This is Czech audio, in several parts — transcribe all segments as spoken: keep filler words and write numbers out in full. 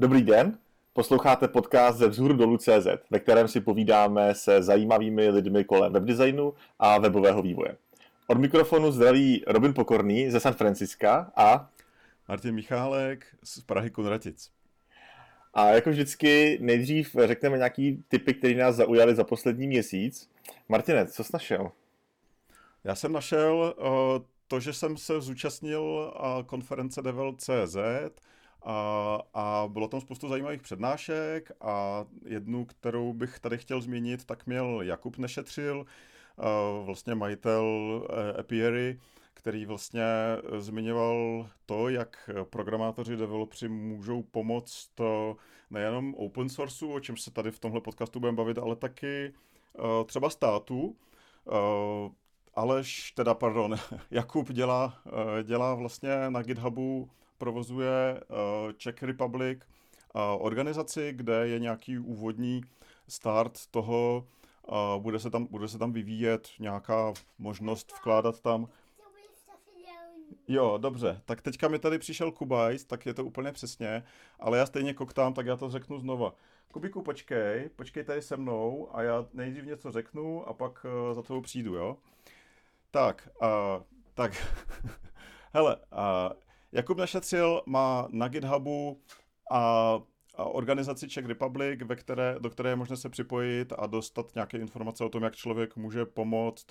Dobrý den, posloucháte podcast ze vzhůru dolů tečka cé zet, ve kterém si povídáme se zajímavými lidmi kolem webdesignu a webového vývoje. Od mikrofonu zdraví Robin Pokorný ze San Franciska a Martin Michálek z Prahy Kunratic. A jako vždycky nejdřív řekneme nějaký tipy, které nás zaujaly za poslední měsíc. Martine, co jsi našel? Já jsem našel uh, to, že jsem se zúčastnil uh, konference Devel tečka cé zet a, a bylo tam spoustu zajímavých přednášek a jednu, kterou bych tady chtěl zmínit, tak měl Jakub Nešetřil, uh, vlastně majitel uh, Apiary, který vlastně zmiňoval to, jak programátoři, developři můžou pomoct nejenom open sourceu, o čem se tady v tomhle podcastu budeme bavit, ale taky třeba státu. Aleš, teda pardon, Jakub dělá, dělá vlastně na GitHubu, provozuje Czech Republic organizaci, kde je nějaký úvodní start toho, bude se tam, bude se tam vyvíjet nějaká možnost vkládat tam. Jo, dobře, tak teďka mi tady přišel Kubajs, tak je to úplně přesně, ale já stejně koktám, tak já to řeknu znova. Kubiku, počkej, počkej tady se mnou a já nejdřív něco řeknu a pak uh, za toho přijdu, jo? Tak, uh, tak, hele, uh, Jakub Nešetřil má na GitHubu a, a organizaci Czech Republic, ve které, do které je možné se připojit a dostat nějaké informace o tom, jak člověk může pomoct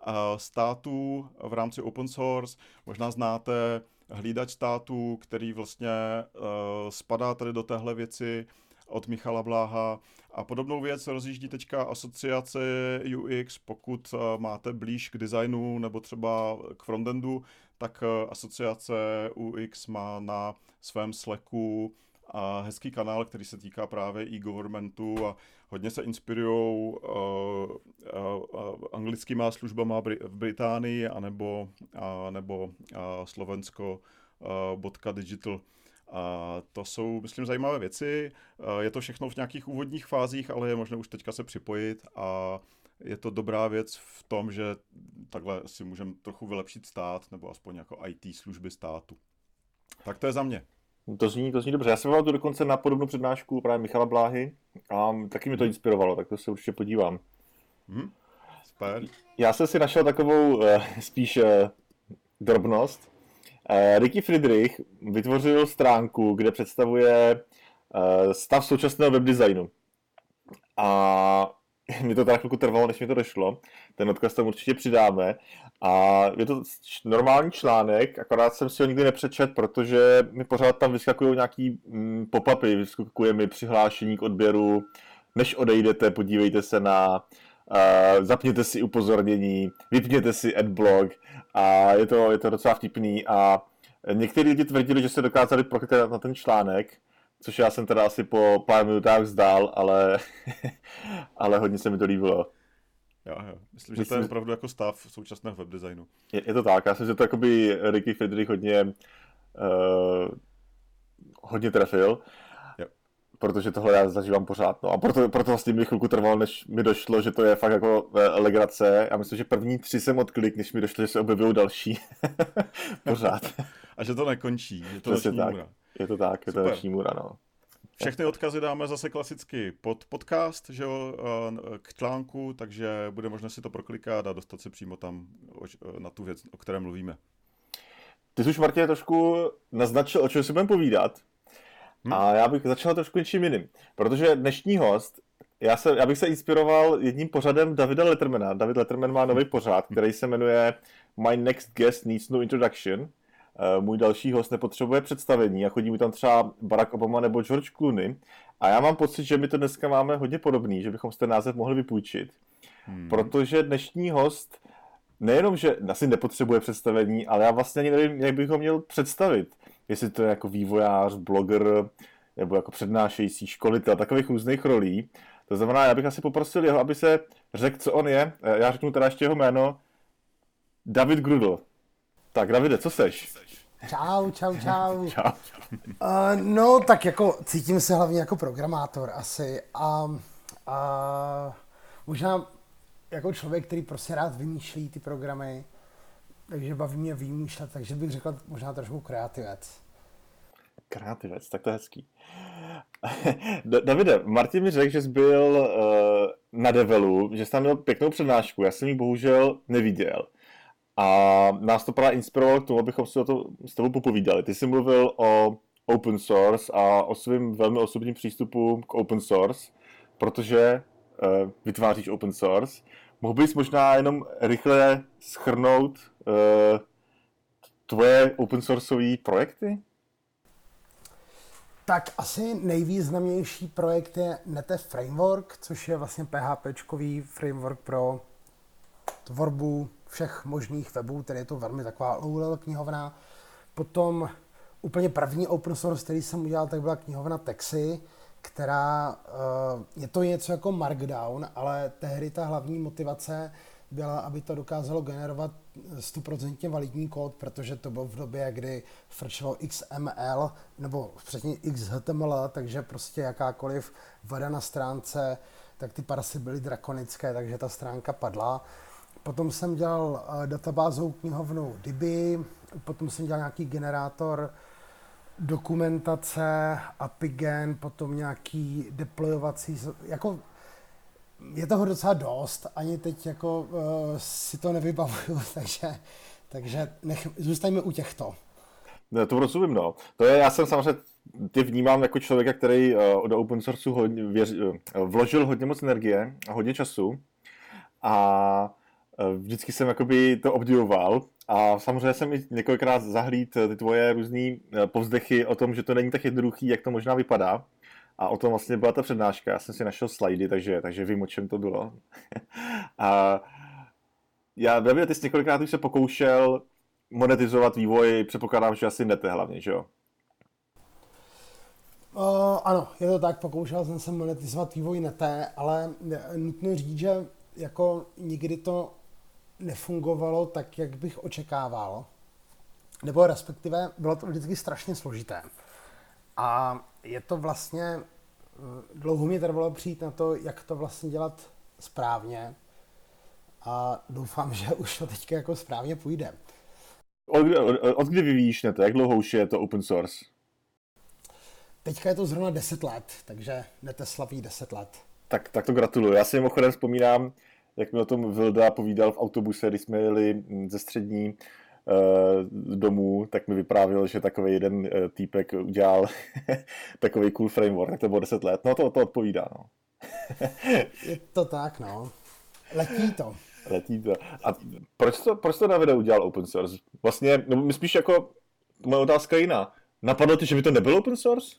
států v rámci open source. Možná znáte hlídač států, který vlastně uh, spadá tady do téhle věci od Michala Bláha. A podobnou věc rozjíždí teďka asociace U X, pokud uh, máte blíž k designu nebo třeba k frontendu, tak uh, asociace U X má na svém Slacku a hezký kanál, který se týká právě e-governmentu a hodně se inspirují uh, uh, uh, anglickýma službama v Británii anebo, uh, nebo uh, Slovensko uh, .digital. A to jsou, myslím, zajímavé věci. Uh, je to všechno v nějakých úvodních fázích, ale je možné už teďka se připojit a je to dobrá věc v tom, že takhle si můžeme trochu vylepšit stát nebo aspoň jako í té služby státu. Tak to je za mě. To zní, to zní dobře. Já jsem byl tu dokonce na podobnou přednášku právě Michala Bláhy a taky mi to inspirovalo, tak to se určitě podívám. Hmm. Super. Já jsem si našel takovou uh, spíš uh, drobnost. Uh, Ricky Friedrich vytvořil stránku, kde představuje uh, stav současného webdesignu. A mi to tak chvilku trvalo, než mi to došlo. Ten odkaz tam určitě přidáme. A je to normální článek, akorát jsem si ho nikdy nepřečet, protože mi pořád tam vyskakují nějaký mm, pop-upy, vyskakuje mi přihlášení k odběru. Než odejdete, podívejte se na, uh, zapněte si upozornění, vypněte si adblock a je to, je to docela vtipný. A někteří lidi tvrdili, že se dokázali proklikat na ten článek, což já jsem teda asi po pár minutách vzdál, ale, ale hodně se mi to líbilo. Jo, jo. Myslím, že Myslím, to je opravdu jako stav současného webdesignu. Je, je to tak, já jsem si to jakoby Ricky Friedrich hodně uh, hodně trefil, jo. Protože tohle já zažívám pořád. No. A proto, proto vlastně mi chvilku trvalo, než mi došlo, že to je fakt jako legrace. Já myslím, že první tři jsem odklik, než mi došlo, že se objevují další. Pořád. A že to nekončí, je to noční tak. Můra. Je to tak, je Super. To noční můra, no. Všechny odkazy dáme zase klasicky pod podcast, že jo, k článku, takže bude možné si to proklikat a dostat se přímo tam na tu věc, o které mluvíme. Ty jsi už, Martě, trošku naznačil, o čem si budeme povídat. Hmm. A já bych začal trošku něčím jiným. Protože dnešní host, já, se, já bych se inspiroval jedním pořadem Davida Lettermana. David Letterman má nový pořad, který se jmenuje My Next Guest Needs No Introduction. Můj další host nepotřebuje představení a chodí mi tam třeba Barack Obama nebo George Clooney. A já mám pocit, že my to dneska máme hodně podobný, že bychom si ten název mohli vypůjčit. Hmm. Protože dnešní host nejenom, že asi nepotřebuje představení, ale já vlastně ani nevím, jak bych ho měl představit. Jestli to je jako vývojář, bloger, nebo jako přednášející školitel, takových různých rolí. To znamená, já bych asi poprosil jeho, aby se řekl, co on je. Já řeknu teda ještě jeho jméno. David Grudl. Tak, Davide, co seš? Čau, čau, čau. Čau. Uh, no, tak jako cítím se hlavně jako programátor asi a, a možná jako člověk, který prostě rád vymýšlí ty programy, takže baví mě vymýšlet, takže bych řekl možná trošku kreativec. Kreativec, tak to je hezký. Davide, Martin mi řekl, že jsi byl uh, na Develu, že jsi tam měl pěknou přednášku, já jsem ji bohužel neviděl. A nás to právě inspirovalo k tomu, abychom si o to s tebou popovídali. Ty jsi mluvil o open source a o svém velmi osobním přístupu k open source, protože uh, vytváříš open source. Mohl bys možná jenom rychle shrnout uh, tvoje open sourceové projekty? Tak asi nejvýznamnější projekt je Nete Framework, což je vlastně PHPčkový framework pro tvorbu všech možných webů, tedy je to velmi taková low-level knihovna. Potom úplně první open source, který jsem udělal, tak byla knihovna Texy, která je to něco jako Markdown, ale tehdy ta hlavní motivace byla, aby to dokázalo generovat sto procent validní kód, protože to bylo v době, kdy frčelo X M L nebo přesně X H T M L, takže prostě jakákoliv vada na stránce, tak ty parsy byly drakonické, takže ta stránka padla. Potom jsem dělal databázovou knihovnu D B I, potom jsem dělal nějaký generátor dokumentace, APIGen, potom nějaký deployovací, jako je toho docela dost, ani teď jako uh, si to nevybavuju, takže, takže nech, zůstaňme u těchto. Ne, to rozumím, no. To je, já jsem samozřejmě, ty vnímám jako člověka, který uh, do open sourceu hodně, věř, uh, vložil hodně moc energie a hodně času a uh, vždycky jsem jakoby to obdivoval a samozřejmě jsem i několikrát zahlíd ty tvoje různý uh, povzdechy o tom, že to není tak jednoduchý, jak to možná vypadá. A o tom vlastně byla ta přednáška. Já jsem si našel slajdy, takže, takže vím, o čem to bylo. A já, David, ty jsi několikrát už se pokoušel monetizovat vývoj, předpokládám, že asi Nete hlavně, že jo? Uh, ano, je to tak, pokoušel jsem se monetizovat vývoj Nete, ale nutno říct, že jako nikdy to nefungovalo tak, jak bych očekával. Nebo respektive bylo to vždycky strašně složité. A je to vlastně, dlouho mě trvalo přijít na to, jak to vlastně dělat správně a doufám, že už to teďka jako správně půjde. Od, od, od kdy vyvíjíš Nete? Jak dlouho už je to open source? Teďka je to zrovna deset let, takže Nete slaví deset let. Tak, tak to gratuluju. Já si mimochodem vzpomínám, jak mi o tom Vilda povídal v autobuse, když jsme jeli ze střední domů, tak mi vyprávěl, že takový jeden týpek udělal takový cool framework, tak to bylo deset let. No to, to odpovídá, no. Je to tak, no. Letí to. Letí to. A proč to, proč to Davide udělal open source? Vlastně, no my spíš jako, moje otázka je jiná. Napadlo ti, že by to nebyl open source?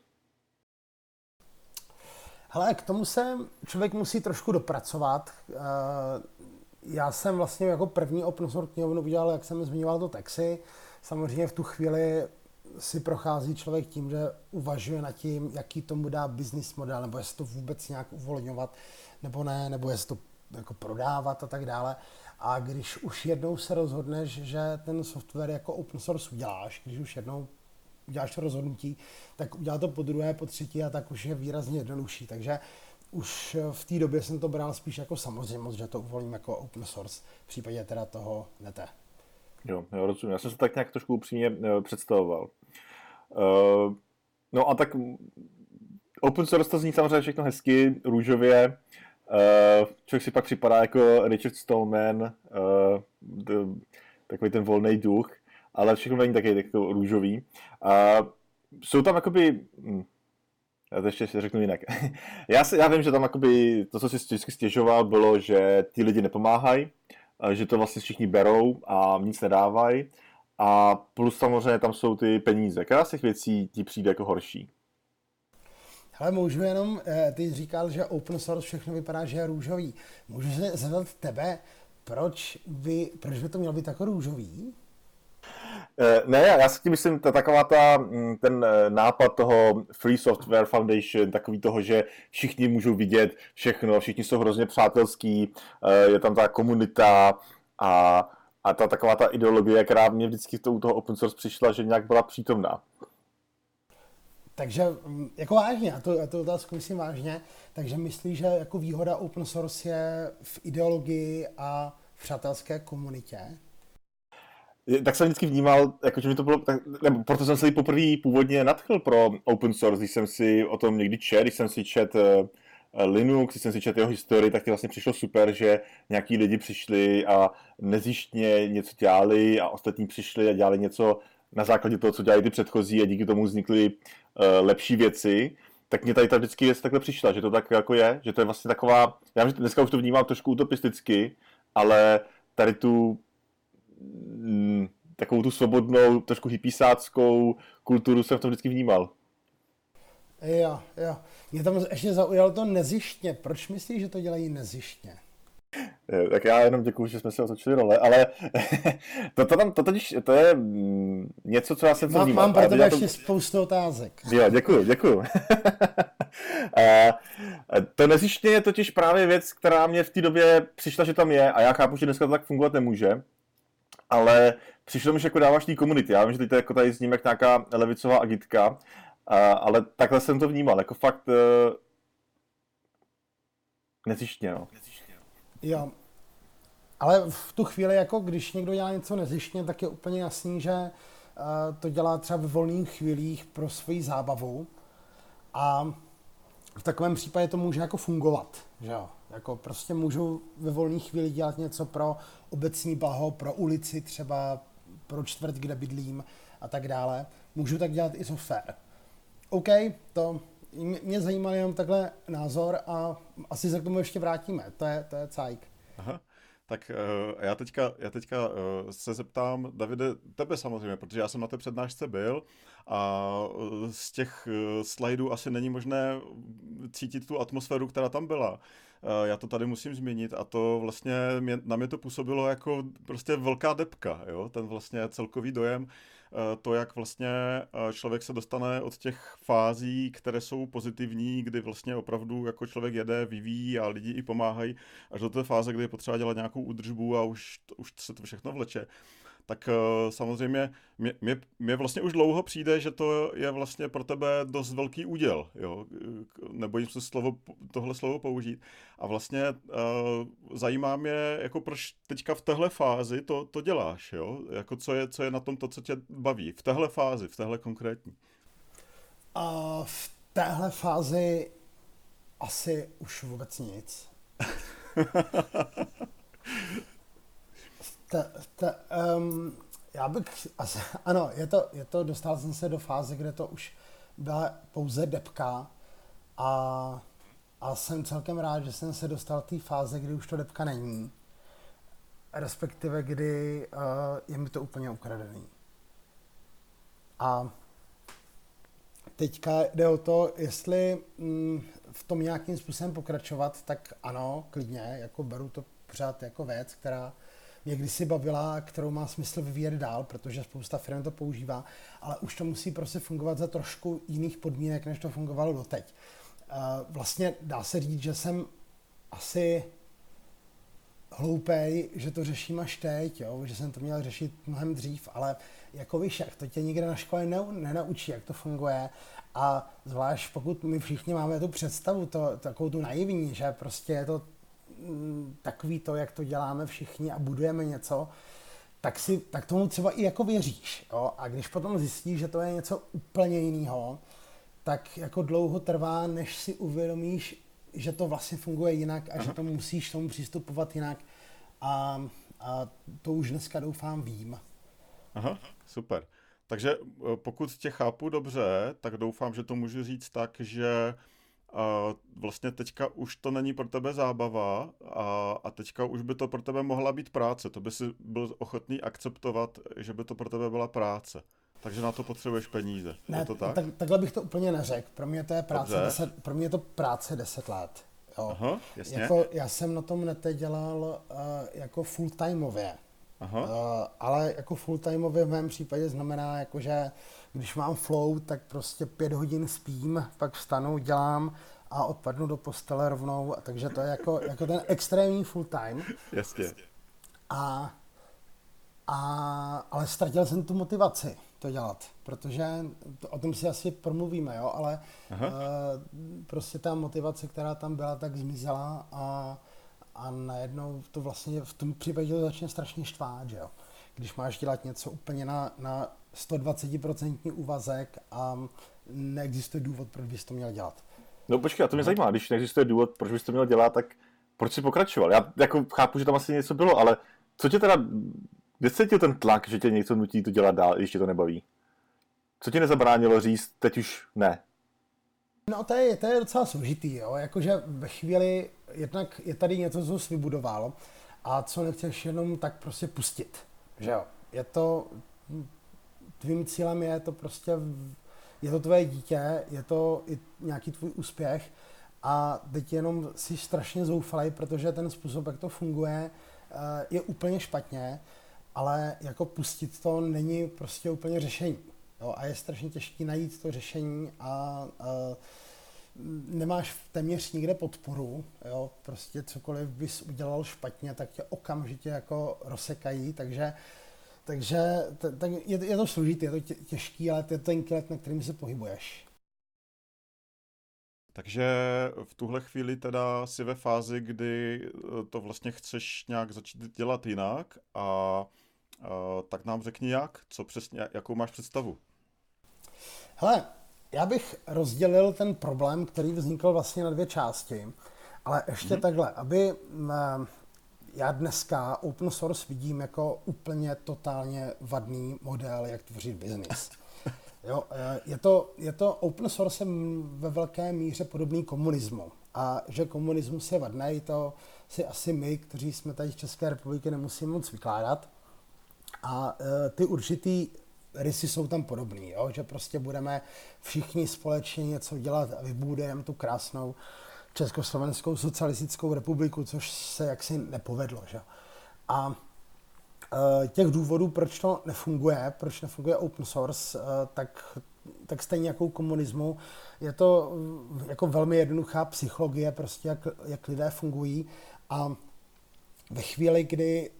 Hele, k tomu se člověk musí trošku dopracovat. Já jsem vlastně jako první open source knihovnu udělal, jak jsem zmiňoval, to Texy. Samozřejmě v tu chvíli si prochází člověk tím, že uvažuje nad tím, jaký tomu dá business model, nebo jestli to vůbec nějak uvolňovat, nebo ne, nebo jestli to jako prodávat a tak dále. A když už jednou se rozhodneš, že ten software jako open source uděláš, když už jednou uděláš to rozhodnutí, tak udělá to po druhé, po třetí a tak už je výrazně jednodušší. Takže už v té době jsem to bral spíš jako samozřejmost, že to uvolním jako open source, v případě teda toho Nete. Jo, jo, rozumím. Já jsem se tak nějak trošku upřímně uh, představoval. Uh, no a tak open source to zní samozřejmě všechno hezky, růžově. Uh, člověk si pak připadá jako Richard Stallman, uh, d, takový ten volný duch, ale všechno není taky jako růžový. Uh, jsou tam jakoby... Hm, já to ještě řeknu jinak. já, si, já vím, že tam jakoby, to, co si vždycky stěžoval, bylo, že ti lidi nepomáhají, že to vlastně všichni berou a nic nedávají. A plus samozřejmě tam jsou ty peníze. Která z těch věcí ti přijde jako horší? Hele, můžu jenom, ty říkal, že open source všechno vypadá, že je růžový. Můžu se zeptat tebe, proč by, proč by to mělo být jako růžový? Ne, já si tím myslím, ta, taková ta, ten nápad toho Free Software Foundation, takový toho, že všichni můžou vidět všechno, všichni jsou hrozně přátelský, je tam ta komunita a, a ta taková ta ideologie, která mě vždycky to, u toho open source přišla, že nějak byla přítomná. Takže jako vážně, a to, já to otázku myslím vážně, takže myslíš, že jako výhoda open source je v ideologii a v přátelské komunitě? tak jsem vždycky vnímal, jako, že mi to bylo, tak, nebo proto jsem se poprvé původně nadchl pro open source, když jsem si o tom někdy čet, když jsem si čet uh, Linux, když jsem si čet jeho historii, tak to vlastně přišlo super, že nějaký lidi přišli a nezjištně něco dělali a ostatní přišli a dělali něco na základě toho, co dělali ty předchozí a díky tomu vznikly uh, lepší věci. Tak mě tady ta vždycky věc takhle přišla, že to tak jako je, že to je vlastně taková, já vím, že dneska už to vnímám trošku utopisticky, ale tady tu mm, takovou tu svobodnou, trošku hypísáckou kulturu jsem v tom vždycky vnímal. Jo, jo. Mě tam ještě zaujalo to nezjištně. Proč myslíš, že to dělají nezjištně? Tak já jenom děkuju, že jsme si otočili role, ale to, to, tam, to, totiž, to je něco, co já jsem Mám, vnímal. mám pro tebe to... ještě spoustu otázek. Jo, děkuju, děkuju. To nezjištně je totiž právě věc, která mě v té době přišla, že tam je a já chápu, že dneska to tak fungovat nemůže, ale přišlo mi, že jako dáváš té komunity. Já vím, že teď jako tady zním jak nějaká levicová agitka, ale takhle jsem to vnímal, jako fakt nezjištně, no. Jo, ale v tu chvíli, jako když někdo dělá něco nezjištně, tak je úplně jasný, že uh, to dělá třeba ve volných chvílích pro svoji zábavu a v takovém případě to může jako fungovat, že jo. Jako prostě můžu ve volných chvíli dělat něco pro obecní blaho, pro ulici třeba, pro čtvrt, kde bydlím a tak dále. Můžu tak dělat i software. OK, to mě zajímal jenom takhle názor a asi se k tomu ještě vrátíme. To je, to je cajk. Aha. Tak uh, já teďka, já teďka uh, se zeptám, Davide, tebe samozřejmě, protože já jsem na té přednášce byl a uh, z těch uh, slajdů asi není možné cítit tu atmosféru, která tam byla. Uh, já to tady musím zmínit a to vlastně mě, na mě to působilo jako prostě velká depka, jo? Ten vlastně celkový dojem, uh, to, jak vlastně uh, člověk se dostane od těch fází, které jsou pozitivní, kdy vlastně opravdu jako člověk jede, vyvíjí a lidi i pomáhají, až do té fáze, kdy je potřeba dělat nějakou údržbu a už, už se to všechno vleče. Tak uh, samozřejmě mě, mě, mě vlastně už dlouho přijde, že to je vlastně pro tebe dost velký úděl, jo, nebojím se slovo, tohle slovo použít. A vlastně uh, zajímá mě, jako proč teďka v téhle fázi to, to děláš, jo, jako co je, co je na tom to, co tě baví, v téhle fázi, v téhle konkrétní. A v téhle fázi asi už vůbec nic. Ta, ta, um, já bych, asi, ano, je to, je to, dostal jsem se do fáze, kde to už byla pouze depka a, a jsem celkem rád, že jsem se dostal té fáze, kdy už to depka není, respektive kdy uh, je mi to úplně ukradený. A teďka jde o to, jestli mm, v tom nějakým způsobem pokračovat, tak ano, klidně, jako beru to pořád jako věc, která mě kdysi bavila, kterou má smysl vyvíjet dál, protože spousta firm to používá, ale už to musí prostě fungovat za trošku jiných podmínek, než to fungovalo doteď. Vlastně dá se říct, že jsem asi hloupej, že to řeším až teď, jo? Že jsem to měl řešit mnohem dřív, ale jako víš, jak to tě nikde na škole ne, nenaučí, jak to funguje a zvlášť pokud my všichni máme tu představu, to, takovou tu naivní, že prostě je to takový to, jak to děláme všichni a budujeme něco, tak, si, tak tomu třeba i jako věříš. Jo? A když potom zjistíš, že to je něco úplně jiného, tak jako dlouho trvá, než si uvědomíš, že to vlastně funguje jinak a Aha. že to musíš tomu přistupovat jinak. A, a to už dneska doufám vím. Aha, super. Takže pokud tě chápu dobře, tak doufám, že to můžu říct tak, že a vlastně teďka už to není pro tebe zábava a, a teďka už by to pro tebe mohla být práce. To by si byl ochotný akceptovat, že by to pro tebe byla práce. Takže na to potřebuješ peníze. Ne, je to tak? tak? Takhle bych to úplně neřekl. Pro mě to je práce, deset, pro mě je to práce deset let. Jo. Aha, jasně. Jako, já jsem na tom nete dělal uh, jako full-timeově. Aha. Uh, ale jako full-timeově v mém případě znamená, jako, že když mám flow, tak prostě pět hodin spím, pak vstanu, dělám a odpadnu do postele rovnou, takže to je jako, jako ten extrémní full-time. Jasně. A, a, ale ztratil jsem tu motivaci to dělat, protože to, o tom si asi promluvíme, jo, ale uh, prostě ta motivace, která tam byla, tak zmizela a A najednou to vlastně v tom případě to začne strašně štvát, že jo. když máš dělat něco úplně na, na sto dvacet procent úvazek a neexistuje důvod, proč bys to měl dělat. No počkej, a to mě zajímá, když neexistuje důvod, proč bys to měl dělat, tak proč jsi pokračoval? Já jako chápu, že tam asi něco bylo, ale co tě teda, kde cítil ten tlak, že tě něco nutí to dělat dál, když tě to nebaví? Co ti nezabránilo říct, teď už ne? No to je, to je docela složitý, jo, jakože ve chvíli jednak je tady něco, co jsi vybudoval a co nechceš jenom tak prostě pustit, že jo. Je to, tvým cílem je to prostě, je to tvoje dítě, je to i nějaký tvůj úspěch a teď jenom jsi strašně zoufalý, protože ten způsob, jak to funguje, je úplně špatně, ale jako pustit to není prostě úplně řešení. Jo, a je strašně těžké najít to řešení a, a nemáš téměř nikde podporu, jo, prostě cokoliv bys udělal špatně, tak tě okamžitě jako rozsekají, takže, takže t- tak je, je to složitý, je to tě, těžký, ale to je ten kilet, na kterým se pohybuješ. Takže v tuhle chvíli teda si ve fázi, kdy to vlastně chceš nějak začít dělat jinak a, a tak nám řekni jak, co přesně, jakou máš představu? Hele, já bych rozdělil ten problém, který vznikl vlastně na dvě části, ale ještě hmm. takhle, aby m, já dneska open source vidím jako úplně totálně vadný model, jak tvořit biznis. Jo, je to, je to open source ve velké míře podobný komunismu. A že komunismus je vadný, to si asi my, kteří jsme tady v České republice, nemusíme moc vykládat. A e, ty určitý rysy jsou tam podobný, jo? Že prostě budeme všichni společně něco dělat a vybudujeme tu krásnou Československou socialistickou republiku, což se jaksi nepovedlo. Že? A e, těch důvodů, proč to nefunguje, proč nefunguje open source, e, tak, tak stejně jako u komunismu, je to jako velmi jednoduchá psychologie, prostě jak, jak lidé fungují a ve chvíli, kdy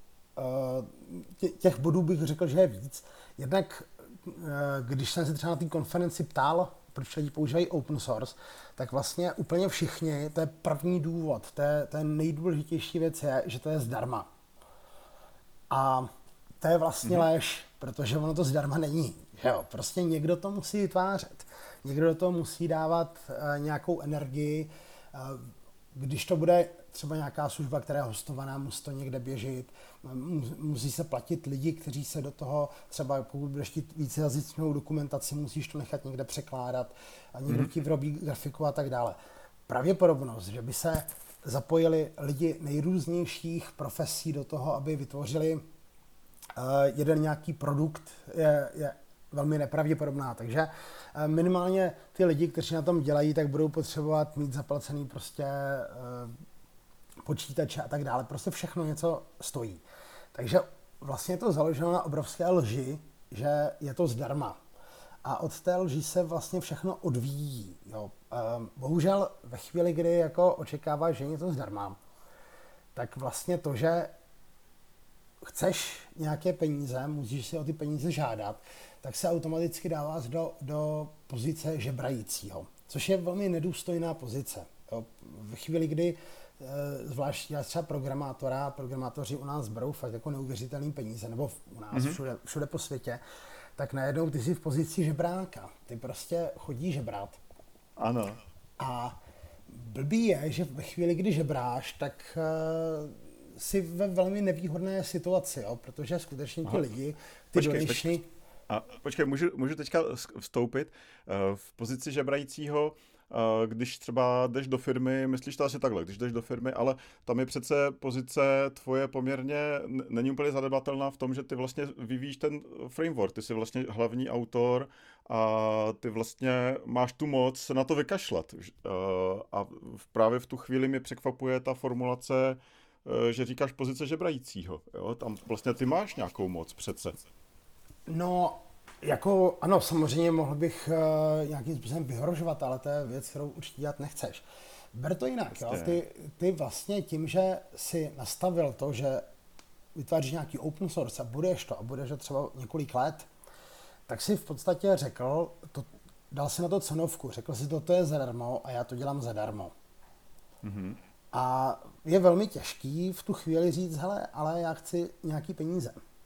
těch bodů bych řekl, že je víc. Jednak, když jsem se třeba na té konferenci ptal, proč lidi používají open source, tak vlastně úplně všichni, to je první důvod, to je, to je nejdůležitější věc je, že to je zdarma. A to je vlastně mm-hmm. lež, protože ono to zdarma není. Jo, prostě někdo to musí vytvářet. Někdo do toho musí dávat uh, nějakou energii. Uh, když to bude třeba nějaká služba, která je hostovaná, musí to někde běžet, musí se platit lidi, kteří se do toho, třeba pokud budeš chtít vícejazyčnou dokumentaci, musíš to nechat někde překládat a někdo ti vyrobí grafiku a tak dále. Pravděpodobnost, že by se zapojili lidi nejrůznějších profesí do toho, aby vytvořili uh, jeden nějaký produkt, je, je velmi nepravděpodobná. Takže uh, minimálně ty lidi, kteří na tom dělají, tak budou potřebovat mít zaplacený prostě uh, počítače a tak dále. Prostě všechno něco stojí. Takže vlastně je to založeno na obrovské lži, že je to zdarma. A od té lži se vlastně všechno odvíjí. Jo. Bohužel ve chvíli, kdy jako očekáváš, že je něco zdarma, tak vlastně to, že chceš nějaké peníze, musíš si o ty peníze žádat, tak se automaticky dává do, do pozice žebrajícího, což je velmi nedůstojná pozice. Jo. Ve chvíli, kdy zvlášť já třeba programátora, programátoři u nás berou fakt jako neuvěřitelný peníze, nebo u nás mm-hmm. všude, všude po světě, tak najednou ty jsi v pozici žebráka. Ty prostě chodí žebrat. Ano. A blbý je, že ve chvíli, kdy žebráš, tak uh, jsi ve velmi nevýhodné situaci, jo? Protože skutečně ti Aha. lidi, ty počkej, donation... počkej. A počkej, můžu, můžu teďka vstoupit uh, v pozici žebrajícího, když třeba jdeš do firmy, myslíš to asi takhle, když jdeš do firmy, ale tam je přece pozice tvoje poměrně, není úplně zanedbatelná v tom, že ty vlastně vyvíjíš ten framework, ty jsi vlastně hlavní autor a ty vlastně máš tu moc se na to vykašlat. A právě v tu chvíli mě překvapuje ta formulace, že říkáš pozice žebrajícího. Jo? Tam vlastně ty máš nějakou moc přece. No, jako, ano, samozřejmě mohl bych uh, nějakým způsobem vyhrožovat, ale to je věc, kterou určitě dělat nechceš. Ber to jinak, jo? Ty, ty vlastně tím, že si nastavil to, že vytváříš nějaký open source a budeš to a budeš to třeba několik let, tak si v podstatě řekl, to, dal si na to cenovku, řekl si, toto je zadarmo a já to dělám zadarmo. Mm-hmm. A je velmi těžký v tu chvíli říct, hele, ale já chci nějaký peníze.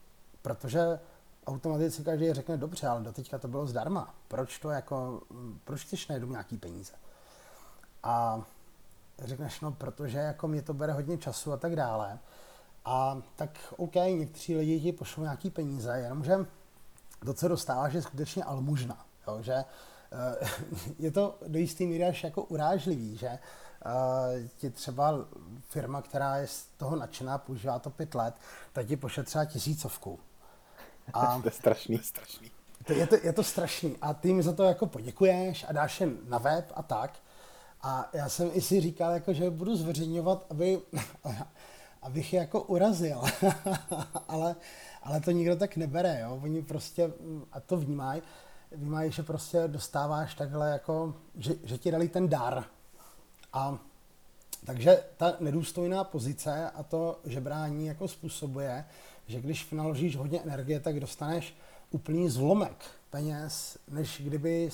protože automaticky každý řekne, dobře, ale doteďka to bylo zdarma. Proč to jako, proč chceš najednou nějaký peníze? A řekneš, no, protože jako mě to bere hodně času a tak dále. A tak OK, někteří lidi ti pošlou nějaký peníze, jenomže to, co dostáváš, je skutečně almužna. Jo? Že uh, je to do jistý míry až jako urážlivý, že uh, ti třeba firma, která je z toho nadšená, používá to pět let, tak ti pošle třeba tisícovku. A to je strašný, strašný. To je, to, je to strašný. A ty mi za to jako poděkuješ a dáš je na web a tak. A já jsem i si říkal, jako, že budu zveřejňovat, aby, abych je jako urazil. ale, ale to nikdo tak nebere, jo. Oni prostě, a to vnímají, vnímají, že prostě dostáváš takhle jako, že, že ti dali ten dar. A takže ta nedůstojná pozice a to žebrání jako způsobuje, že když vynaložíš hodně energie, tak dostaneš úplný zlomek peněz, než kdyby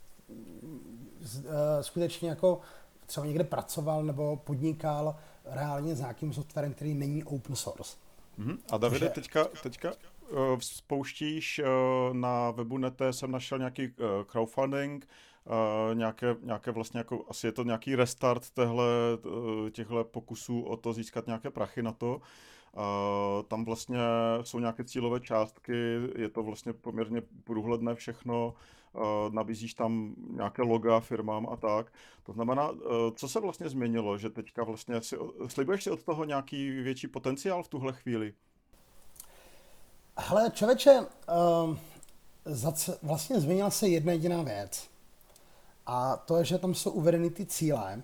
skutečně jako třeba někde pracoval nebo podnikal reálně s nějakým softwarem, který není open source. Mm-hmm. A Davide, Takže... teďka, teďka uh, spouštíš uh, na webu Nete, jsem našel nějaký uh, crowdfunding, uh, nějaké, nějaké vlastně jako, asi je to nějaký restart téhle, uh, těchto pokusů o to získat nějaké prachy na to. Uh, tam vlastně jsou nějaké cílové částky, je to vlastně poměrně průhledné všechno, uh, nabízíš tam nějaké loga firmám a tak. To znamená, uh, co se vlastně změnilo, že teďka vlastně si, slibuješ si od toho nějaký větší potenciál v tuhle chvíli? Hele, člověče, uh, vlastně změnila se jedna jediná věc. A to je, že tam jsou uvedeny ty cíle.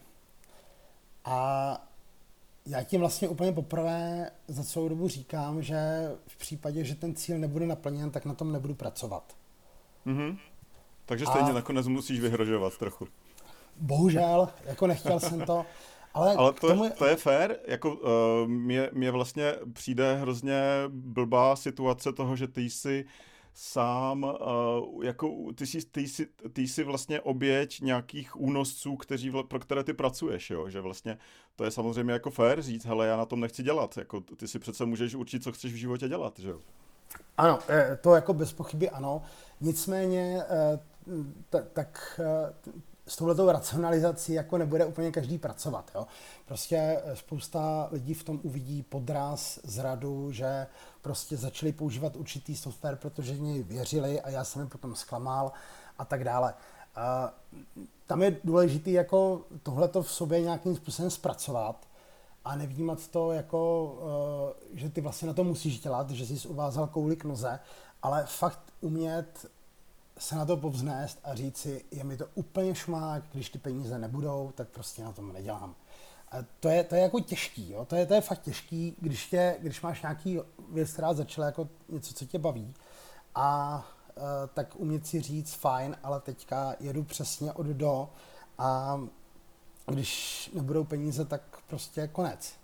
A já tím vlastně úplně poprvé za celou dobu říkám, že v případě, že ten cíl nebude naplněn, tak na tom nebudu pracovat. Mm-hmm. Takže stejně a nakonec musíš vyhrožovat trochu. Bohužel, jako nechtěl jsem to. Ale, ale to, tomu... je, to je fér, jako uh, mě, mě vlastně přijde hrozně blbá situace toho, že ty jsi sám, uh, jako ty jsi, ty, jsi, ty jsi vlastně oběť nějakých únosců, kteří, vl- pro které ty pracuješ, jo? Že vlastně to je samozřejmě jako fér říct, hele, já na tom nechci dělat, jako ty si přece můžeš určit, co chceš v životě dělat, že jo? Ano, to jako bez pochyby ano, nicméně t- tak s touhletou racionalizací jako nebude úplně každý pracovat, jo. Prostě spousta lidí v tom uvidí podraz, zradu, že prostě začali používat určitý software, protože v něj věřili a já jsem je potom zklamal a tak dále. A tam je důležitý jako tohleto v sobě nějakým způsobem zpracovat a nevnímat to jako, že ty vlastně na to musíš dělat, že jsi uvázal kouli k noze, ale fakt umět se na to povznést a říct si, je mi to úplně šmák, když ty peníze nebudou, tak prostě na tom nedělám. A to je, to je jako těžký, jo? To je, to je fakt těžký, když, tě, když máš nějaký věc, která začala jako něco, co tě baví a uh, tak umět si říct, fajn, ale teďka jedu přesně od do a když nebudou peníze, tak prostě konec.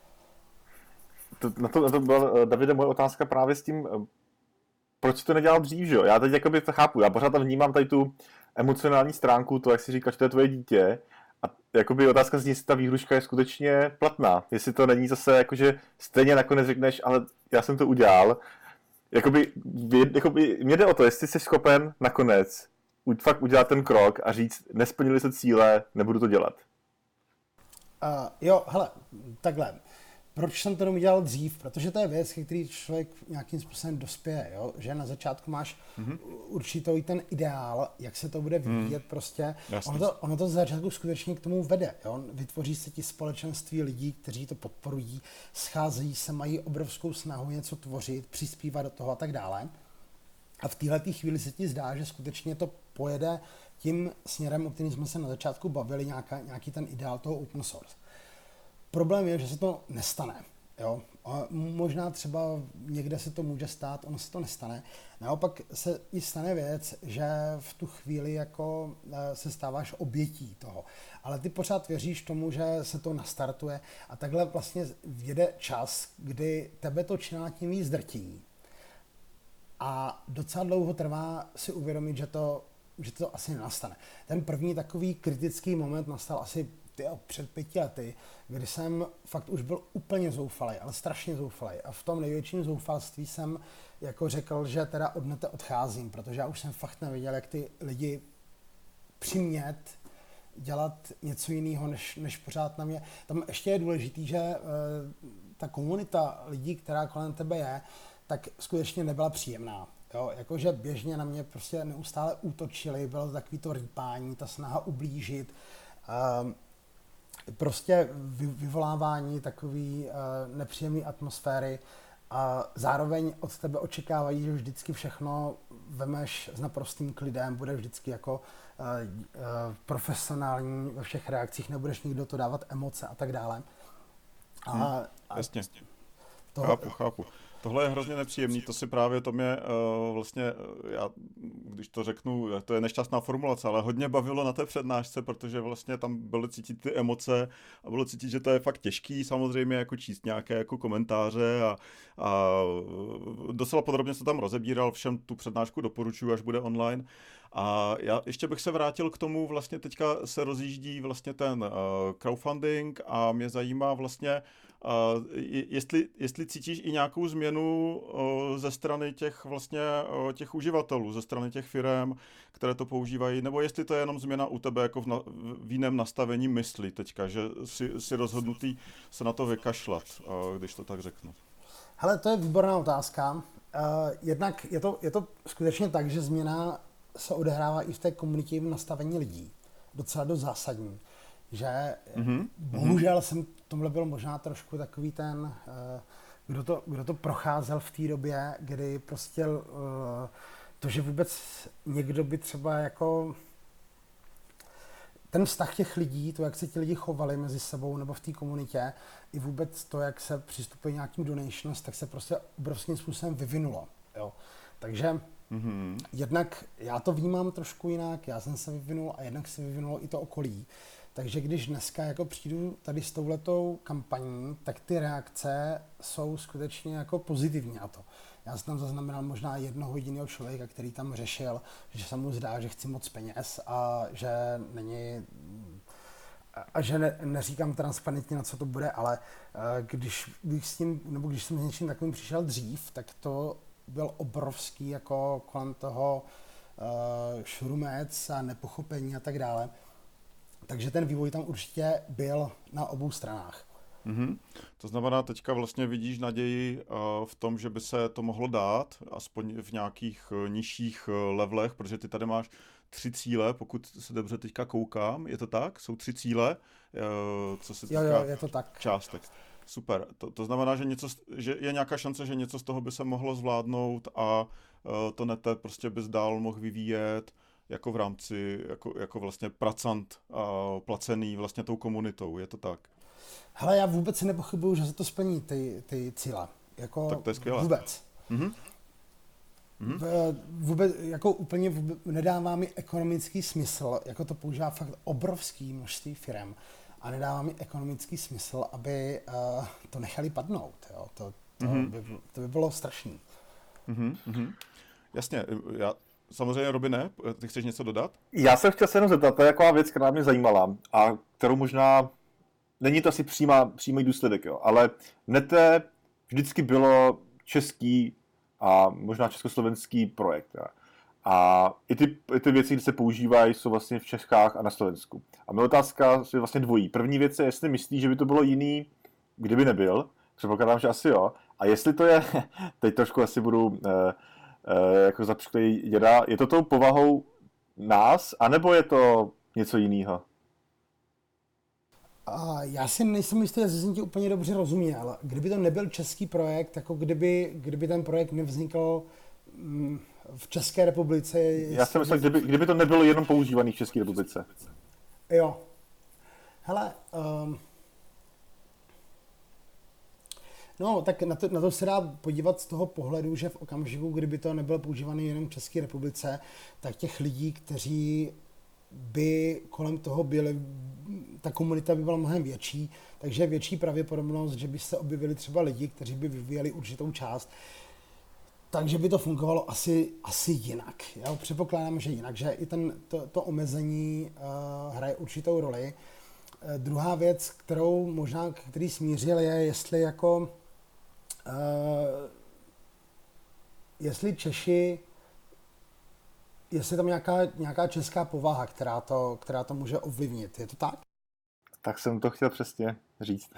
To, na, to, na to byla, Davide, moje otázka právě s tím, proč jsi to nedělal dřív, že jo? Já teď jakoby to chápu, já pořád tam vnímám tady tu emocionální stránku, to, jak si říkáš, že to je tvoje dítě. A jakoby otázka zní, jestli ta výhruška je skutečně platná. Jestli to není zase jakože stejně nakonec řekneš, ale já jsem to udělal. Jakoby, jakoby mě jde o to, jestli jsi schopen nakonec fakt udělat ten krok a říct, nesplnili se cíle, nebudu to dělat. Uh, jo, hele, takhle. Proč jsem to neudělal dřív? Protože to je věc, ke který člověk nějakým způsobem dospěje, jo? Že na začátku máš mm-hmm. určitý ten ideál, jak se to bude vyvíjet, mm. prostě. Ono to, ono to z začátku skutečně k tomu vede, jo? Vytvoří se ti společenství lidí, kteří to podporují, scházejí se, mají obrovskou snahu něco tvořit, přispívat do toho a tak dále. A v této chvíli se ti zdá, že skutečně to pojede tím směrem, o kterým jsme se na začátku bavili, nějaká, nějaký ten ideál toho open source. Problém je, že se to nestane. Jo? A možná třeba někde se to může stát, ono se to nestane. Naopak se i stane věc, že v tu chvíli jako se stáváš obětí toho. Ale ty pořád věříš tomu, že se to nastartuje a takhle vlastně jede čas, kdy tebe to čím dál tím víc drtí. A docela dlouho trvá si uvědomit, že to, že to asi nenastane. Ten první takový kritický moment nastal asi tyjo, před pěti lety, kdy jsem fakt už byl úplně zoufalý, ale strašně zoufalý. A v tom největším zoufalství jsem jako řekl, že teda od nete odcházím, protože já už jsem fakt nevěděl, jak ty lidi přimět dělat něco jiného, než, než pořád na mě. Tam ještě je důležitý, že e, ta komunita lidí, která kolem tebe je, tak skutečně nebyla příjemná. Jo, jakože běžně na mě prostě neustále útočili, bylo to takový to rýpání, ta snaha ublížit, e, prostě vy, vyvolávání takový e, nepříjemné atmosféry a zároveň od tebe očekávají, že vždycky všechno vemeš s naprostým klidem, bude vždycky jako uh, uh, profesionální ve všech reakcích, nebudeš nikdo to dávat emoce a tak dále. A, hmm, a jasně, to, chápu, chápu. Tohle je hrozně nepříjemný, to si právě to mě uh, vlastně, já, když to řeknu, to je nešťastná formulace, ale hodně bavilo na té přednášce, protože vlastně tam byly cítit ty emoce a bylo cítit, že to je fakt těžký samozřejmě jako číst nějaké jako komentáře a, a docela podrobně se tam rozebíral, všem tu přednášku doporučuji, až bude online. A já ještě bych se vrátil k tomu, vlastně teďka se rozjíždí vlastně ten uh, crowdfunding a mě zajímá vlastně, uh, jestli, jestli cítíš i nějakou změnu uh, ze strany těch vlastně uh, těch uživatelů, ze strany těch firem, které to používají, nebo jestli to je jenom změna u tebe jako v, na, v jiném nastavení mysli teďka, že si, si rozhodnutý se na to vykašlat, uh, když to tak řeknu. Hele, to je výborná otázka. Uh, jednak je to, je to skutečně tak, že změna se odehrává i v té komunitě v nastavení lidí. Docela dost zásadní. Že mm-hmm. bohužel jsem tomhle byl možná trošku takový ten, kdo to, kdo to procházel v té době, kdy prostě to, že vůbec někdo by třeba jako ten vztah těch lidí, to, jak se ti lidi chovali mezi sebou nebo v té komunitě, i vůbec to, jak se přistupuje nějakým donations, tak se prostě obrovským způsobem vyvinulo. Jo. Takže mm-hmm. jednak já to vnímám trošku jinak, já jsem se vyvinul a jednak se vyvinulo i to okolí. Takže když dneska jako přijdu tady s touhletou kampaní, tak ty reakce jsou skutečně jako pozitivní na to. Já jsem tam zaznamenal možná jednoho jediného člověka, který tam řešil, že se mu zdá, že chci moc peněz a že není a že ne, neříkám transparentně, na co to bude, ale když bych s tím, nebo když jsem s něčím takovým přišel dřív, tak to byl obrovský jako kolem toho uh, šurumec a nepochopení a tak dále. Takže ten vývoj tam určitě byl na obou stranách. Mm-hmm. To znamená, teďka vlastně vidíš naději uh, v tom, že by se to mohlo dát, aspoň v nějakých uh, nižších uh, levelech, protože ty tady máš tři cíle, pokud se dobře teďka koukám, je to tak? Jsou tři cíle, uh, co se týká jo, jo, je to tak. částek. Super. To, to znamená, že, něco, že je nějaká šance, že něco z toho by se mohlo zvládnout a uh, to nete prostě bys dál mohl vyvíjet jako v rámci, jako, jako vlastně pracant a placený vlastně tou komunitou. Je to tak? Hele, já vůbec si nepochybuju, že se to splní, ty, ty cíle. Jako tak to je skvělé. Vůbec. Mm-hmm. V, vůbec, jako úplně vůbec, nedává mi ekonomický smysl, jako to používá fakt obrovský množství firem a nedává mi ekonomický smysl, aby uh, to nechali padnout. Jo. To, to, mm-hmm. by, to by bylo strašný. Mm-hmm. Jasně, já samozřejmě, Robine, ty chceš něco dodat? Já jsem chtěl se jenom zeptat, to je taková věc, která mě zajímala a kterou možná, není to asi přímá, přímý důsledek, jo, ale nete vždycky bylo český a možná československý projekt. Jo. A i ty, i ty věci, které se používají, jsou vlastně v Čechách a na Slovensku. A moje otázka je vlastně dvojí. První věc je, jestli myslíš, že by to bylo jiný, kdyby nebyl. Předpokládám, že asi jo. A jestli to je, teď trošku asi budu eh, eh, jako zapřklý děda, je to tou povahou nás, anebo je to něco jiného? A já si nejsem jistý, jestli jsem ti úplně dobře rozuměl, ale kdyby to nebyl český projekt, jako kdyby, kdyby ten projekt nevznikl mm, v České republice. Já jsem myslel, kdyby, kdyby to nebylo jenom používaný v České republice. Jo. Hele, um, no, tak na to, na to se dá podívat z toho pohledu, že v okamžiku, kdyby to nebylo používané jenom v České republice, tak těch lidí, kteří by kolem toho byli, ta komunita by byla mnohem větší, takže je větší pravděpodobnost, že by se objevili třeba lidi, kteří by vyvíjeli určitou část. Takže by to fungovalo asi, asi jinak. Já předpokládám, že jinak, že i ten, to, to omezení uh, hraje určitou roli. druhá věc, kterou možná, který smířil, je, jestli jako uh, jestli Češi, jestli tam nějaká, nějaká česká povaha, která to, která to může ovlivnit. Je to tak? Tak jsem to chtěl přesně říct.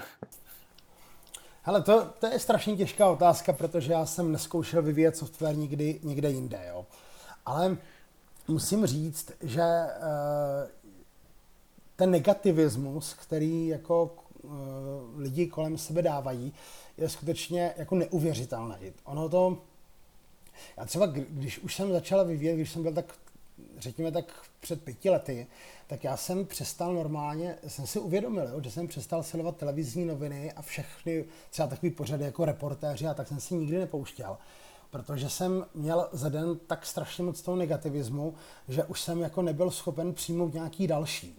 Hele, to, to je strašně těžká otázka, protože já jsem neskoušel vyvíjet software nikdy, nikde jinde, jo. Ale musím říct, že uh, ten negativismus, který jako uh, lidi kolem sebe dávají, je skutečně jako neuvěřitelný. Ono to, já třeba, když už jsem začal vyvíjet, když jsem byl tak, řekněme tak před pěti lety, tak já jsem přestal normálně, jsem si uvědomil, jo, že jsem přestal sledovat televizní noviny a všechny třeba takový pořady jako Reportéři a tak jsem si nikdy nepouštěl. Protože jsem měl za den tak strašně moc toho negativismu, že už jsem jako nebyl schopen přijmout nějaký další.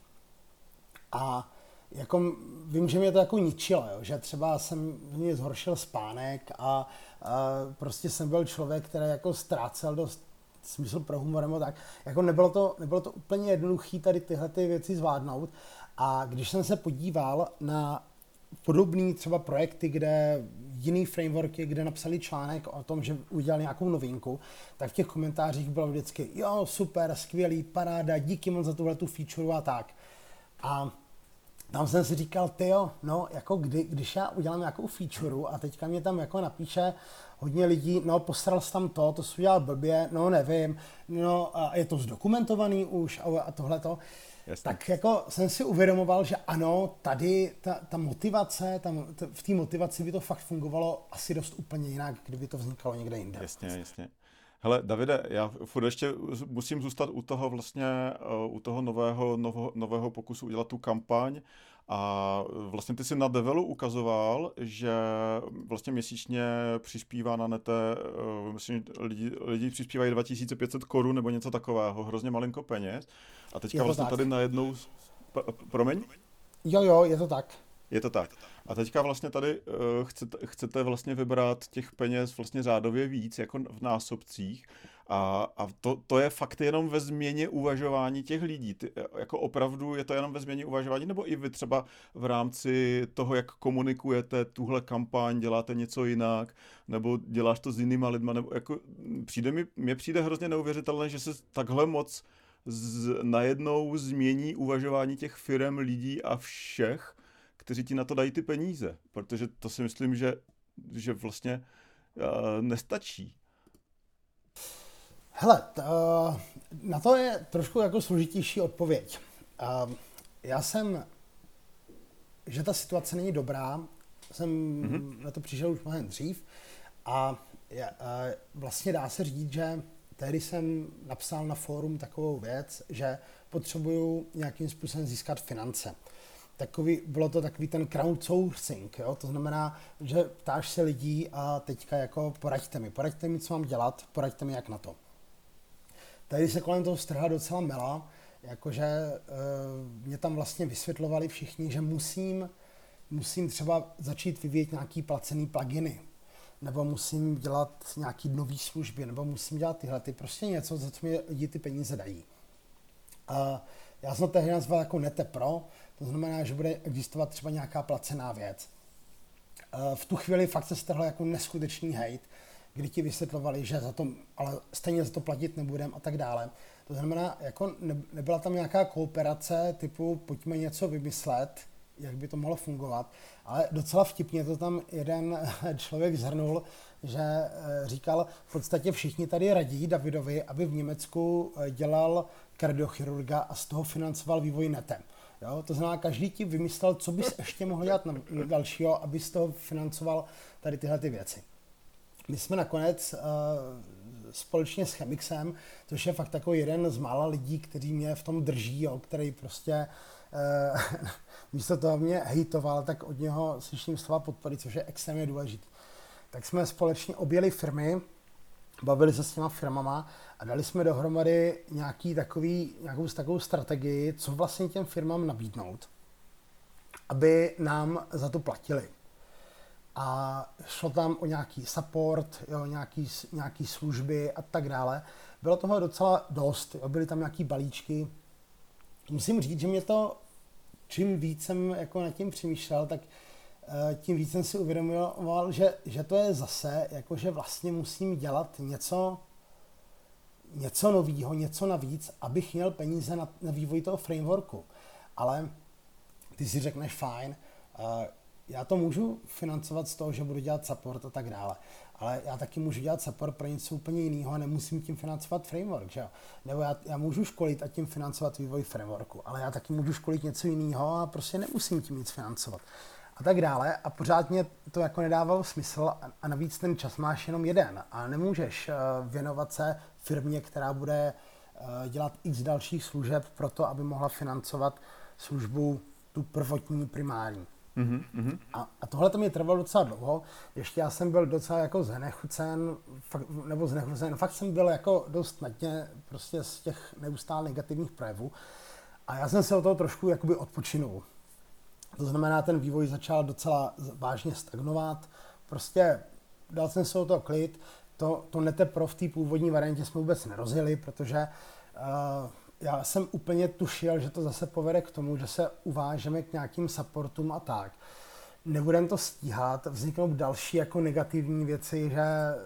A jako vím, že mě to jako ničilo, jo, že třeba jsem mě zhoršil spánek a, a prostě jsem byl člověk, který jako ztrácel dost smysl pro humor nebo tak. Jako nebylo to, nebylo to úplně jednoduché tady tyhle ty věci zvládnout. A když jsem se podíval na podobné třeba projekty, kde jiný frameworky, kde napsali článek o tom, že udělali nějakou novinku, tak v těch komentářích bylo vždycky jo, super, skvělý, paráda, díky moc za tuhletu feature a tak. A tam jsem si říkal, tyjo, no, jako kdy, když já udělám nějakou feature a teďka mě tam jako napíše hodně lidí, no, posral jsi tam to, to jsi udělal blbě, no, nevím, no, a je to zdokumentovaný už a, a tohleto. Jasně. Tak jako jsem si uvědomoval, že ano, tady ta, ta motivace, tam, ta, v té motivaci by to fakt fungovalo asi dost úplně jinak, kdyby to vznikalo někde jinde. Jasně, jasně. Hele, Davide, já furt ještě musím zůstat u toho vlastně, u toho nového, novo, nového pokusu udělat tu kampaň a vlastně ty si na Develu ukazoval, že vlastně měsíčně přispívá na nete, myslím, lidi, lidi přispívají dva tisíce pět set korun nebo něco takového, hrozně malinko peněz a teďka vlastně tak. Tady najednou, promiň? Jo, jo, je to tak. Je to tak. A teďka vlastně tady uh, chcete, chcete vlastně vybrat těch peněz vlastně řádově víc, jako v násobcích. A, a to, to je fakt jenom ve změně uvažování těch lidí. Ty, jako opravdu je to jenom ve změně uvažování, nebo i vy třeba v rámci toho, jak komunikujete tuhle kampaň, děláte něco jinak, nebo děláš to s jinýma lidma, nebo jako přijde mi, mně přijde hrozně neuvěřitelné, že se takhle moc z, najednou změní uvažování těch firem, lidí a všech, kteří ti na to dají ty peníze, protože to si myslím, že, že vlastně uh, nestačí. Hele, t, uh, na to je trošku jako složitější odpověď. Uh, já jsem, že ta situace není dobrá, jsem mm-hmm. na to přišel už mnohem dřív a je, uh, vlastně dá se říct, že tehdy jsem napsal na fórum takovou věc, že potřebuju nějakým způsobem získat finance. Takový, bylo to takový ten crowdsourcing, jo? To znamená, že ptáš se lidí a teďka jako poraďte mi, poraďte mi, co mám dělat, poraďte mi, jak na to. Tady se kolem toho strhla docela mela, jakože e, mě tam vlastně vysvětlovali všichni, že musím, musím třeba začít vyvíjet nějaký placený pluginy, nebo musím dělat nějaký nový služby, nebo musím dělat tyhle, ty prostě něco, za co mi lidi ty peníze dají. A já jsem to tehdy nazval jako Nete Pro, to znamená, že bude existovat třeba nějaká placená věc. V tu chvíli fakt se strhl jako neskutečný hejt, kdy ti vysvětlovali, že za to, ale stejně za to platit nebudem a tak dále. To znamená, jako nebyla tam nějaká kooperace typu pojďme něco vymyslet, jak by to mohlo fungovat, ale docela vtipně to tam jeden člověk zhrnul, že říkal, v podstatě všichni tady radí Davidovi, aby v Německu dělal kardiochirurga a z toho financoval vývoj netem. Jo? To znamená, každý ti vymyslel, co bys ještě mohl dělat na dalšího, aby z toho financoval tady tyhle ty věci. My jsme nakonec uh, společně s Chemixem, což je fakt takový jeden z mála lidí, kteří mě v tom drží, jo? Který prostě uh, místo toho mě hejtoval, tak od něho slyším slova podpory, což je extrémně důležité. Tak jsme společně objeli firmy, bavili se s těma firmama a dali jsme dohromady nějaký takový, nějakou takovou strategii, co vlastně těm firmám nabídnout, aby nám za to platili. A šlo tam o nějaký support, jo, nějaký, nějaký služby a tak dále. Bylo toho docela dost, jo, byly tam nějaký balíčky. Musím říct, že mě to čím víc jsem jako nad tím přemýšlel, tak uh, tím víc jsem si uvědomoval, že, že to je zase, jako že vlastně musím dělat něco, něco novýho, něco navíc, abych měl peníze na, na vývoj toho frameworku. Ale ty si řekneš, fajn, uh, já to můžu financovat z toho, že budu dělat support a tak dále. Ale já taky můžu dělat support pro něco úplně jiného a nemusím tím financovat framework, že jo? Nebo já, já můžu školit a tím financovat vývoj frameworku, ale já taky můžu školit něco jiného a prostě nemusím tím nic financovat. A tak dále. A pořád mě to jako nedávalo smysl a, a navíc ten čas máš jenom jeden a nemůžeš uh, věnovat se firmě, která bude uh, dělat x dalších služeb pro to, aby mohla financovat službu tu prvotní, primární. Mm-hmm. A, a tohle to mě trvalo docela dlouho. Ještě já jsem byl docela jako znechucen, fakt, nebo znechucen, fakt jsem byl jako dost na dně prostě z těch neustále negativních projevů. A já jsem se od toho trošku jakoby odpočinul. To znamená, ten vývoj začal docela vážně stagnovat. Prostě dal jsem se o to klid. To, to Netepro v té původní variantě jsme vůbec nerozjeli, protože uh, já jsem úplně tušil, že to zase povede k tomu, že se uvážeme k nějakým supportům a tak. Nebudeme to stíhat, vzniknou další jako negativní věci, že,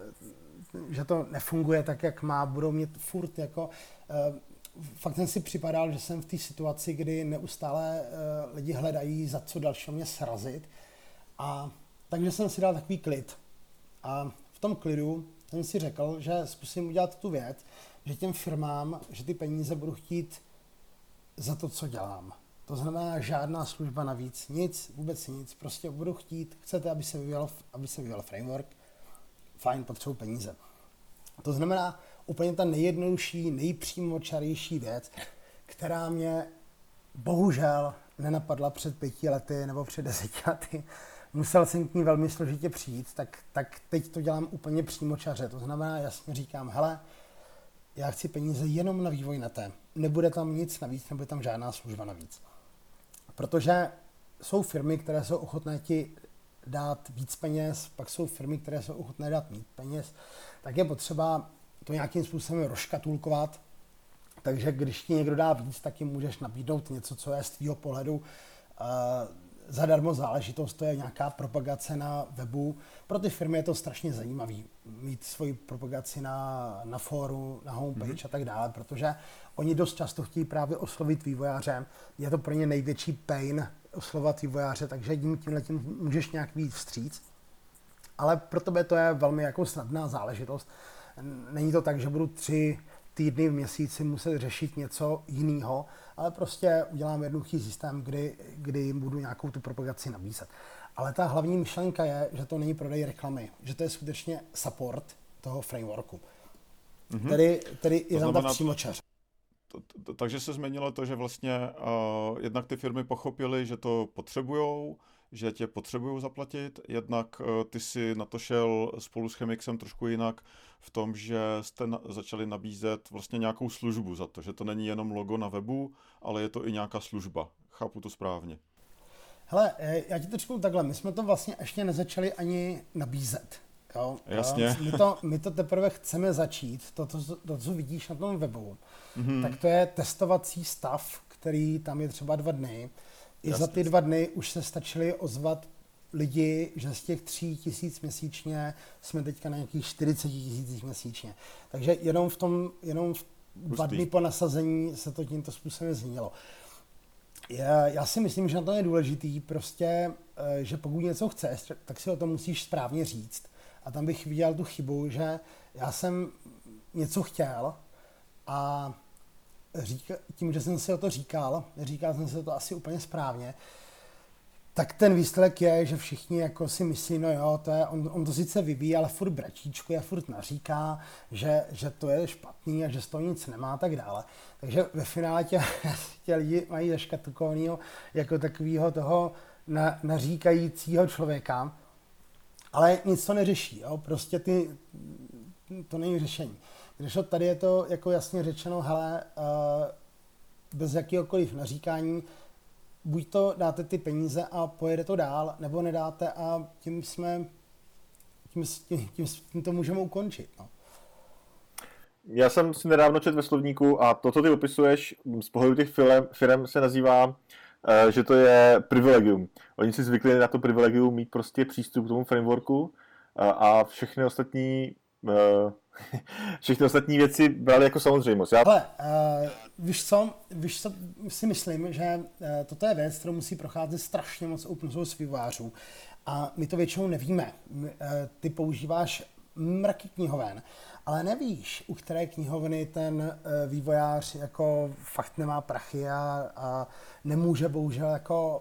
že to nefunguje tak, jak má, budou mít furt jako... Uh, fakt jsem si připadal, že jsem v té situaci, kdy neustále uh, lidi hledají, za co dalšího mě srazit. A takže jsem si dal takový klid. A v tom klidu jsem si řekl, že zkusím udělat tu věc, že těm firmám, že ty peníze budu chtít za to, co dělám. To znamená žádná služba navíc, nic, vůbec nic, prostě budu chtít, chcete, aby se vyvíjel, aby se vyvíjel framework, fajn, potřebuji peníze. To znamená úplně ta nejjednodušší, nejpřímočarější věc, která mě bohužel nenapadla před pěti lety nebo před deseti lety. Musel jsem k ní velmi složitě přijít, tak, tak teď to dělám úplně přímočaře. To znamená, jasně říkám, hele, já chci peníze jenom na vývoj nete. Nebude tam nic navíc, nebude tam žádná služba navíc. Protože jsou firmy, které jsou ochotné ti dát víc peněz, pak jsou firmy, které jsou ochotné dát méně peněz, tak je potřeba to nějakým způsobem rozškatulkovat. Takže když ti někdo dá víc, tak jim můžeš nabídnout něco, co je z tvýho pohledu uh, zadarmo záležitost, to je nějaká propagace na webu. Pro ty firmy je to strašně zajímavý mít svoji propagaci na, na fóru, na homepage mm-hmm. a tak dále, protože oni dost často chtějí právě oslovit vývojáře. Je to pro ně největší pain oslovovat vývojáře, takže jim tímhletím můžeš nějak víc vstříc. Ale pro tebe to je velmi jako snadná záležitost. Není to tak, že budu tři týdny v měsíci muset řešit něco jiného, ale prostě udělám jednoduchý systém, kdy, kdy budu nějakou tu propagaci nabízet. Ale ta hlavní myšlenka je, že to není prodej reklamy, že to je skutečně support toho frameworku. Mm-hmm. Tedy, tedy je tam ta přímočař. Takže se změnilo to, že vlastně uh, jednak ty firmy pochopily, že to potřebujou, že tě potřebují zaplatit, jednak uh, ty si na to šel spolu s Chemixem trošku jinak v tom, že jste na, začali nabízet vlastně nějakou službu za to, že to není jenom logo na webu, ale je to i nějaká služba. Chápu to správně. Hele, já ti to řeknu takhle, my jsme to vlastně ještě nezačali ani nabízet. Jo? Jasně. My to, my to teprve chceme začít, to, to, to co vidíš na tom webu, mm-hmm. tak to je testovací stav, který tam je třeba dva dny. I Jasně. za ty dva dny už se stačili ozvat lidi, že z těch tří tisíc měsíčně jsme teďka na nějakých čtyřicet tisících měsíčně. Takže jenom v tom, jenom v dva dny po nasazení se to tímto způsobem změnilo. Já, já si myslím, že na to je důležitý prostě, že pokud něco chceš, tak si o tom musíš správně říct. A tam bych viděl tu chybu, že já jsem něco chtěl a řík, tím, že jsem si o to říkal, neříkal jsem si to asi úplně správně, tak ten výsledek je, že všichni jako si myslí, no jo, to je, on, on to sice vyvíjí, ale furt bratíčku a furt naříká, že, že to je špatný a že z toho nic nemá a tak dále. Takže ve finále tě, tě lidi mají zaškatulkovanýho jako takového toho na, naříkajícího člověka, ale nic to neřeší, jo? Prostě ty, to není řešení. Když tady je to jako jasně řečeno, hele, uh, bez jakéhokoliv naříkání, buď to dáte ty peníze a pojede to dál, nebo nedáte a tím jsme, tím, tím, tím, tím to můžeme ukončit. No. Já jsem si nedávno četl ve slovníku a to, co ty opisuješ z pohledu těch firem, firem se nazývá že to je privilegium. Oni si zvykli na to privilegium mít prostě přístup k tomu frameworku a všechny ostatní všechny ostatní věci brali jako samozřejmost. Já... Ale uh, víš co, víš co, si myslím, že uh, toto je věc, kterou musí procházet strašně moc open source vývojářů a my to většinou nevíme. Uh, ty používáš mraky knihoven, ale nevíš, u které knihovny ten uh, vývojář jako fakt nemá prachy a, a nemůže bohužel jako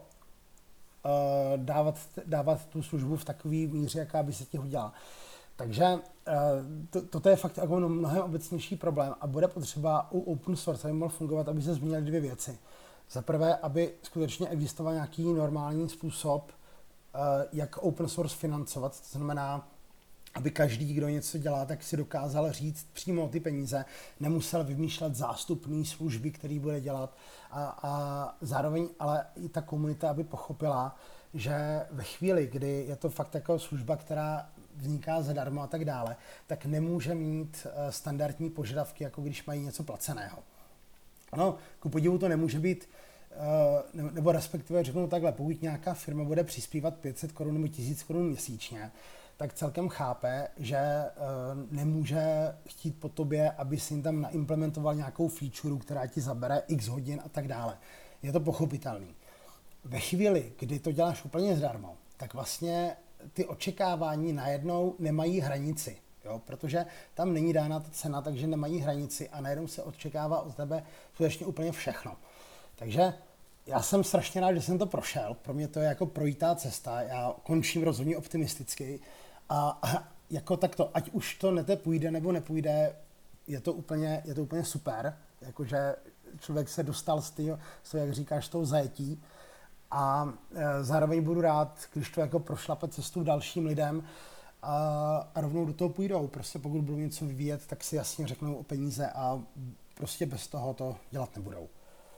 uh, dávat, dávat tu službu v takové míře, jaká by se ti hodila. Takže to, toto je fakt jako mnohem obecnější problém a bude potřeba u open source, aby mohl fungovat, aby se změnily dvě věci. Za prvé, aby skutečně existoval nějaký normální způsob, jak open source financovat, to znamená, aby každý, kdo něco dělá, tak si dokázal říct přímo ty peníze, nemusel vymýšlet zástupné služby, který bude dělat a, a zároveň ale i ta komunita, aby pochopila, že ve chvíli, kdy je to fakt jako služba, která vzniká zadarmo a tak dále, tak nemůže mít standardní požadavky, jako když mají něco placeného. Ano, ku podivu to nemůže být, nebo respektive řeknu takhle, pokud nějaká firma bude přispívat pět set korun nebo tisíc korun měsíčně, tak celkem chápe, že nemůže chtít po tobě, aby si jim tam naimplementoval nějakou feature, která ti zabere x hodin a tak dále. Je to pochopitelný. Ve chvíli, kdy to děláš úplně zdarma, tak vlastně ty očekávání najednou nemají hranici, jo? Protože tam není dána ta cena, takže nemají hranici a najednou se očekává od tebe skutečně úplně všechno. Takže já jsem strašně rád, že jsem to prošel, pro mě to je jako projítá cesta, já končím rozhodně optimisticky a, a jako takto, ať už to nete půjde nebo nepůjde, je to úplně, je to úplně super, jakože člověk se dostal z toho, jak říkáš, z toho zajetí. A e, zároveň budu rád, když to jako prošlape cestu dalším lidem a, a rovnou do toho půjdou. Prostě pokud budou něco vyvíjet, tak si jasně řeknou o peníze a prostě bez toho to dělat nebudou.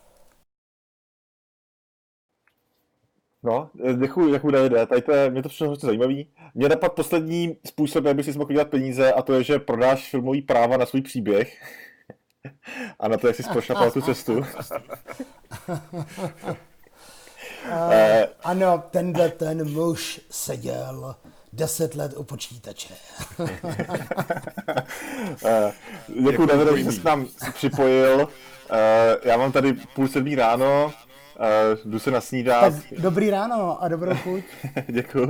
No, děkuji, děkuji Davide, tady to je, mě to přišlo hodně zajímavý. Mě napadl poslední způsob, jak by si mohl dělat peníze a to je, že prodáš filmový práva na svůj příběh a na to, jak jsi prošlapal tu cestu. Uh, ano, tenhle ten muž seděl deset let u počítače. uh, děkuji, Davide, že jsi k nám připojil. Uh, já mám tady půl sedmý ráno, uh, jdu se nasnídat. Tak dobrý ráno a dobrou chuť. Děkuji.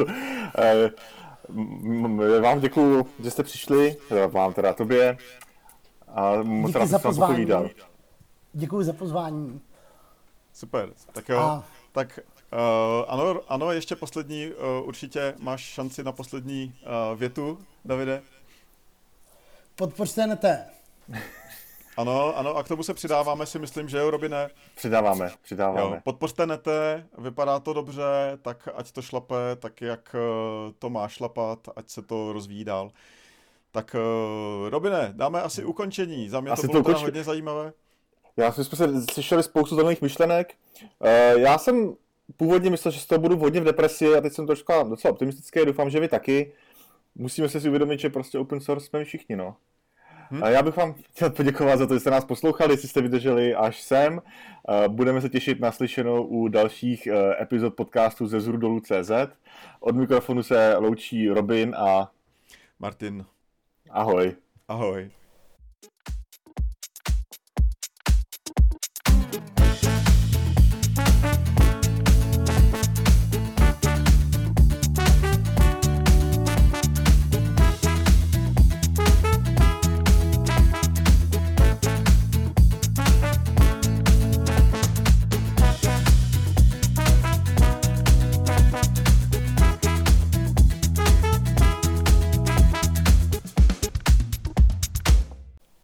Uh, vám děkuji, že jste přišli, vám teda tobě. A moc rád za pozvání. Děkuji za pozvání. Super, tak jo. A... Tak uh, ano, ano, ještě poslední, uh, určitě máš šanci na poslední uh, větu, Davide. Podpořte N T. Ano, ano, a k tomu se přidáváme, si myslím, že jo, Robine? Přidáváme, přidáváme. Jo, podpořte N T, vypadá to dobře, tak ať to šlape, tak jak uh, to má šlapat, ať se to rozvíjí dál. Tak uh, Robine, dáme asi ukončení, za mě asi to bylo to ukonč... hodně zajímavé. Já jsme se slyšeli spoustu zajímavých myšlenek. Já jsem původně myslel, že z toho budu hodně v depresi a teď jsem trošku docela optimistický, doufám, že vy taky. Musíme si uvědomit, že prostě open source jsme všichni, no. Hmm. Já bych vám chtěl poděkovat za to, že jste nás poslouchali, jestli jste vydrželi až sem. Budeme se těšit na slyšenou u dalších epizod podcastu ze zrudolu tečka cé zet. Od mikrofonu se loučí Robin a Martin. Ahoj. Ahoj.